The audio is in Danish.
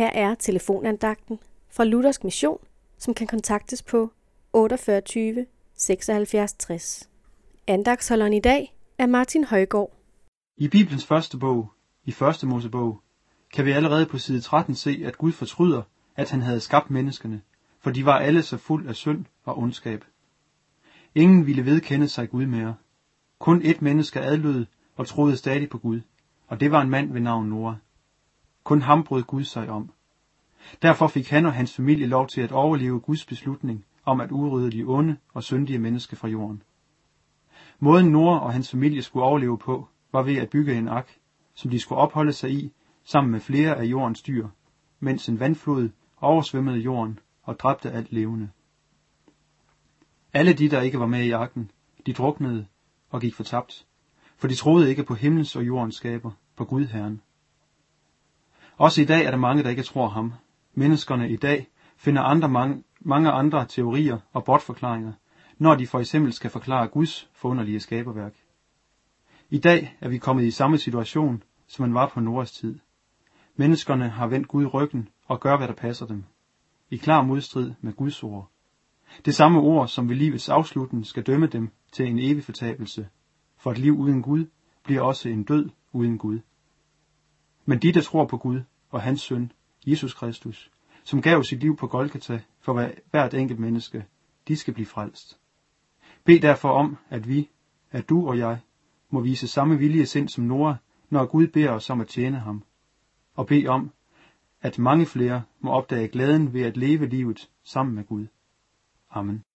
Her er telefonandagten fra Luthersk Mission, som kan kontaktes på 48 76 60. Andagtsholderen i dag er Martin Højgaard. I Bibelens første bog, i første Mosebog, kan vi allerede på side 13 se, at Gud fortryder, at han havde skabt menneskene, for de var alle så fuld af synd og ondskab. Ingen ville vedkende sig Gud mere. Kun ét menneske adlød og troede stadig på Gud, og det var en mand ved navn Noah. Kun ham brød Gud sig om. Derfor fik han og hans familie lov til at overleve Guds beslutning om at udrydde de onde og syndige mennesker fra jorden. Måden Noah og hans familie skulle overleve på, var ved at bygge en ark, som de skulle opholde sig i sammen med flere af jordens dyr, mens en vandflod oversvømmede jorden og dræbte alt levende. Alle de, der ikke var med i arken, de druknede og gik fortabt, for de troede ikke på himlens og jordens skaber, på Gud Herren. Også i dag er der mange, der ikke tror ham. Menneskerne i dag finder mange andre teorier og bortforklaringer, når de for eksempel skal forklare Guds forunderlige skaberværk. I dag er vi kommet i samme situation, som man var på Noahs tid. Menneskerne har vendt Gud ryggen og gør, hvad der passer dem, i klar modstrid med Guds ord. Det samme ord, som ved livets afslutning skal dømme dem til en evig fortabelse, for et liv uden Gud bliver også en død uden Gud. Men de, der tror på Gud og hans søn, Jesus Kristus, som gav sit liv på Golgata for hvert enkelt menneske, de skal blive frelst. Bed derfor om, at du og jeg, må vise samme vilje sind som Noah, når Gud beder os om at tjene ham. Og bed om, at mange flere må opdage glæden ved at leve livet sammen med Gud. Amen.